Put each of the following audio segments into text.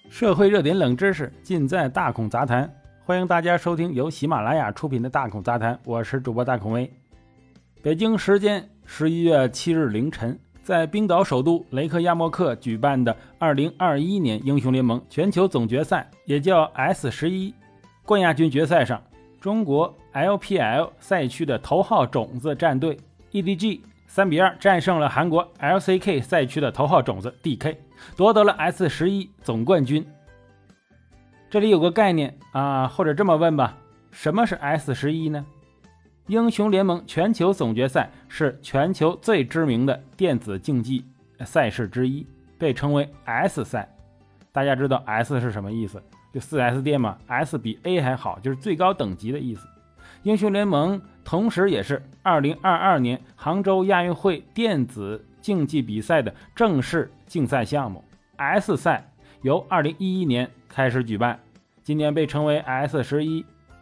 社会热点冷知识尽在大孔杂谈，欢迎大家收听由喜马拉雅出品的大孔杂谈，我是主播大孔威。北京时间11月7日凌晨，在冰岛首都雷克雅莫克举办的2021年英雄联盟全球总决赛，也叫 S11 冠亚军决赛上，中国 LPL 赛区的头号种子战队 EDG 3-2战胜了韩国 LCK 赛区的头号种子 DK， 夺得了 S11 总冠军。这里有个概念或者这么问吧，什么是 S11 呢？英雄联盟全球总决赛是全球最知名的电子竞技赛事之一，被称为 S 赛。大家知道 S 是什么意思？就 4S 店嘛， S 比 A 还好，就是最高等级的意思。英雄联盟同时也是2022年杭州亚运会电子竞技比赛的正式竞赛项目。 S 赛由2011年开始举办，今年被称为 S11。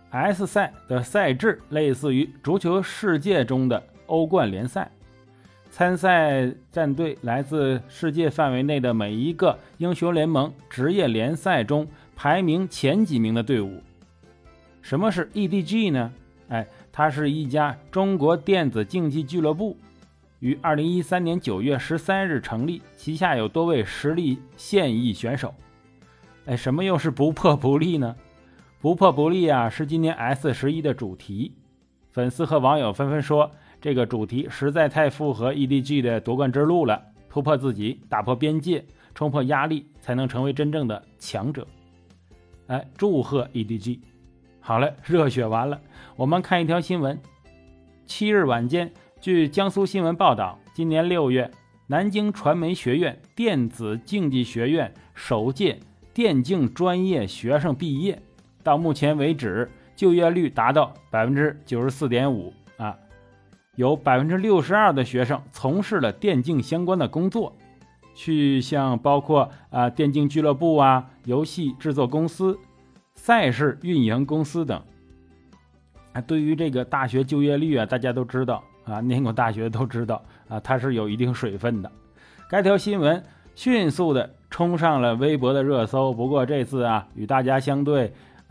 S 赛的赛制类似于足球世界中的欧冠联赛，参赛战队来自世界范围内的每一个英雄联盟职业联赛中排名前几名的队伍。什么是 EDG 呢？它是一家中国电子竞技俱乐部，于2013年9月13日成立，旗下有多位实力现役选手。什么又是不破不立呢？不破不立是今年 S11 的主题。粉丝和网友纷纷说，这个主题实在太符合 EDG 的夺冠之路了，突破自己，打破边界，冲破压力，才能成为真正的强者。祝贺 EDG。 好了，热血完了，我们看一条新闻。7日晚间，据江苏新闻报道，今年6月，南京传媒学院电子竞技学院首届电竞专业学生毕业，到目前为止就业率达到 94.5%， 有 62% 的学生从事了电竞相关的工作，去像包括电竞俱乐部游戏制作公司、赛事运营公司等。对于这个大学就业率大家都知道念过大学都知道它是有一定水分的。该条新闻迅速的冲上了微博的热搜，不过这次与大家相对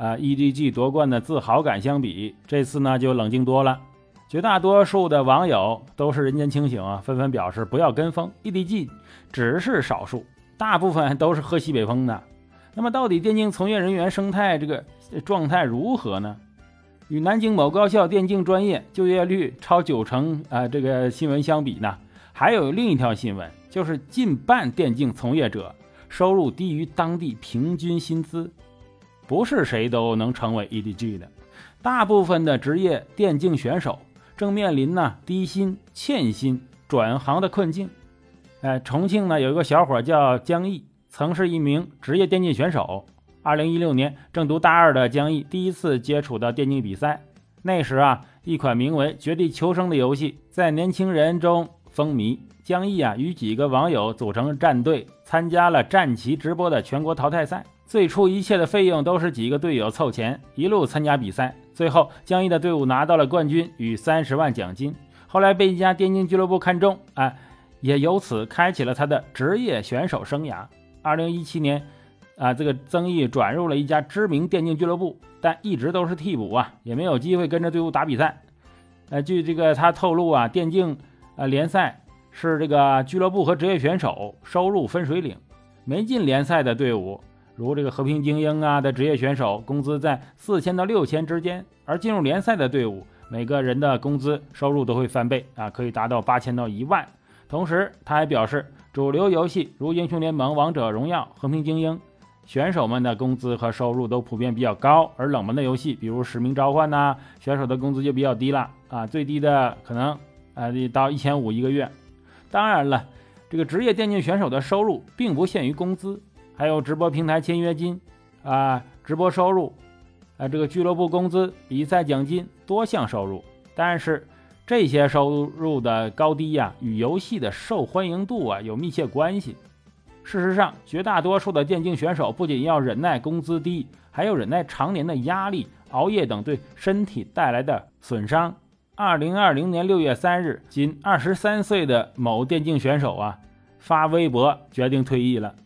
EDG 夺冠的自豪感相比，这次呢就冷静多了。绝大多数的网友都是人间清醒纷纷表示不要跟风， EDG 只是少数，大部分都是喝西北风的。那么到底电竞从业人员生态这个状态如何呢？与南京某高校电竞专业就业率超90%这个新闻相比呢，还有另一条新闻，就是近半电竞从业者收入低于当地平均薪资。不是谁都能成为 EDG 的，大部分的职业电竞选手正面临低薪、欠薪、转行的困境。重庆呢有一个小伙叫江毅，曾是一名职业电竞选手。2016年正读大2的江毅第一次接触到电竞比赛，那时一款名为《绝地求生》的游戏在年轻人中风靡。江毅与几个网友组成战队，参加了战旗直播的全国淘汰赛。最初一切的费用都是几个队友凑钱，一路参加比赛。最后江毅的队伍拿到了冠军与30万奖金。后来被一家电竞俱乐部看中，也由此开启了他的职业选手生涯。2017年这个曾毅转入了一家知名电竞俱乐部，但一直都是替补也没有机会跟着队伍打比赛。据这个他透露电竞联赛是这个俱乐部和职业选手收入分水岭，没进联赛的队伍如这个和平精英的职业选手工资在4000到6000之间，而进入联赛的队伍每个人的工资收入都会翻倍可以达到8000到1万。同时他还表示，主流游戏如英雄联盟、王者荣耀、和平精英选手们的工资和收入都普遍比较高，而冷门的游戏比如使命召唤选手的工资就比较低了最低的可能到1500一个月。当然了，这个职业电竞选手的收入并不限于工资，还有直播平台签约金直播收入这个俱乐部工资、比赛奖金多项收入。但是这些收入的高低与游戏的受欢迎度有密切关系。事实上，绝大多数的电竞选手不仅要忍耐工资低，还要忍耐常年的压力、熬夜等对身体带来的损伤。2020年6月3日，仅23岁的某电竞选手发微博决定退役了。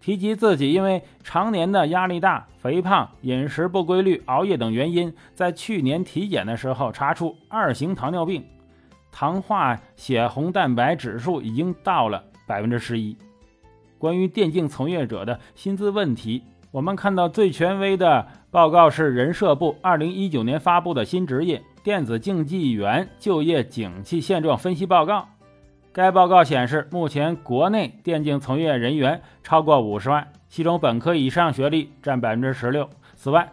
提及自己因为常年的压力大、肥胖、饮食不规律、熬夜等原因，在去年体检的时候查出2型糖尿病，糖化血红蛋白指数已经到了11%。关于电竞从业者的薪资问题，我们看到最权威的报告是人社部2019年发布的新职业电子竞技员就业景气现状分析报告。该报告显示，目前国内电竞从业人员超过50万，其中本科以上学历占16%。此外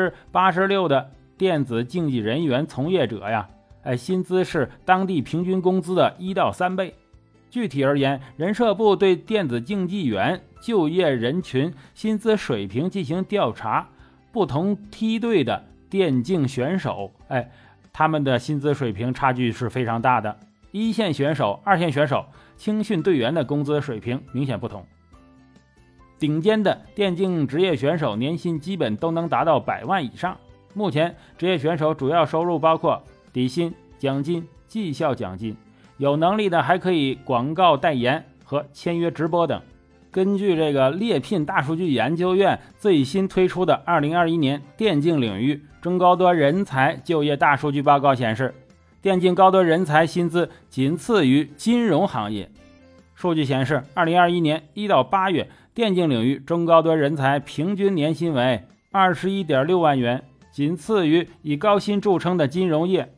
，86%的电子竞技人员从业者薪资是当地平均工资的1到3倍。具体而言，人社部对电子竞技员就业人群薪资水平进行调查，不同梯队的电竞选手，他们的薪资水平差距是非常大的。一线选手、二线选手、青训队员的工资水平明显不同。顶尖的电竞职业选手年薪基本都能达到100万以上。目前职业选手主要收入包括底薪、奖金、绩效奖金，有能力的还可以广告代言和签约直播等。根据这个猎聘大数据研究院最新推出的2021年电竞领域中高端人才就业大数据报告显示，电竞高端人才薪资仅次于金融行业。数据显示，2021年1到8月，电竞领域中高端人才平均年薪为 21.6 万元，仅次于以高薪著称的金融业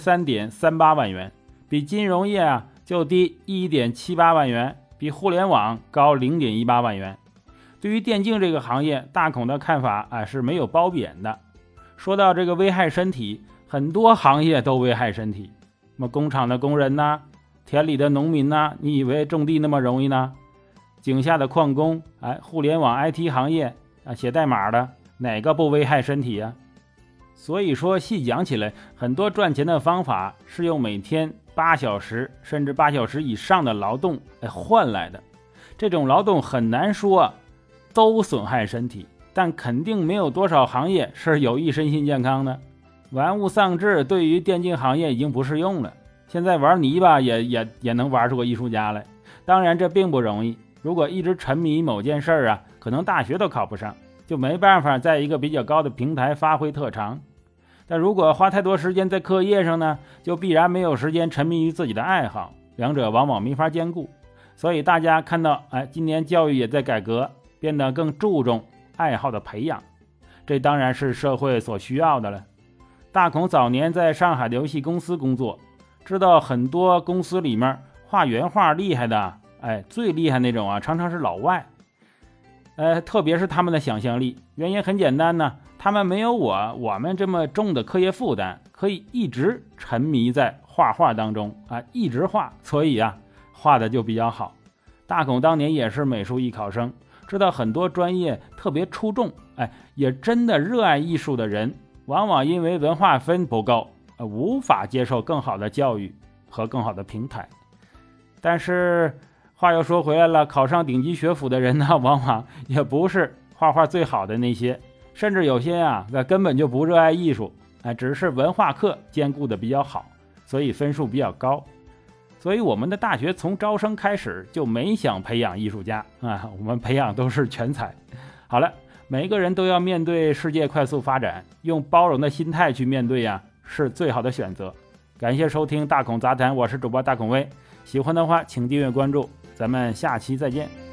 23.38 万元，比金融业就低 1.78 万元，比互联网高 0.18 万元。对于电竞这个行业，大孔的看法是没有褒贬的。说到这个危害身体，很多行业都危害身体，那么工厂的工人呐，田里的农民呐，你以为种地那么容易呢？井下的矿工，互联网 IT 行业写代码的，哪个不危害身体呀？所以说细讲起来，很多赚钱的方法是用每天8小时甚至8小时以上的劳动来换来的。这种劳动很难说都损害身体，但肯定没有多少行业是有益身心健康的。玩物丧志对于电竞行业已经不适用了，现在玩泥巴也能玩出个艺术家来。当然这并不容易，如果一直沉迷某件事儿可能大学都考不上，就没办法在一个比较高的平台发挥特长。但如果花太多时间在课业上呢，就必然没有时间沉迷于自己的爱好，两者往往没法兼顾。所以大家看到今年教育也在改革，变得更注重爱好的培养，这当然是社会所需要的了。大孔早年在上海的游戏公司工作，知道很多公司里面画原画厉害的，最厉害那种常常是老外，特别是他们的想象力。原因很简单呢，他们没有我们这么重的课业负担，可以一直沉迷在画画当中一直画，所以画的就比较好。大孔当年也是美术艺考生，知道很多专业特别出众，也真的热爱艺术的人，往往因为文化分不够，无法接受更好的教育和更好的平台。但是话又说回来了，考上顶级学府的人呢，往往也不是画画最好的那些，甚至有些根本就不热爱艺术，只是文化课兼顾的比较好，所以分数比较高。所以我们的大学从招生开始就没想培养艺术家我们培养都是全才。好了，每个人都要面对世界快速发展，用包容的心态去面对是最好的选择。感谢收听大孔杂谈，我是主播大孔威，喜欢的话请订阅关注，咱们下期再见。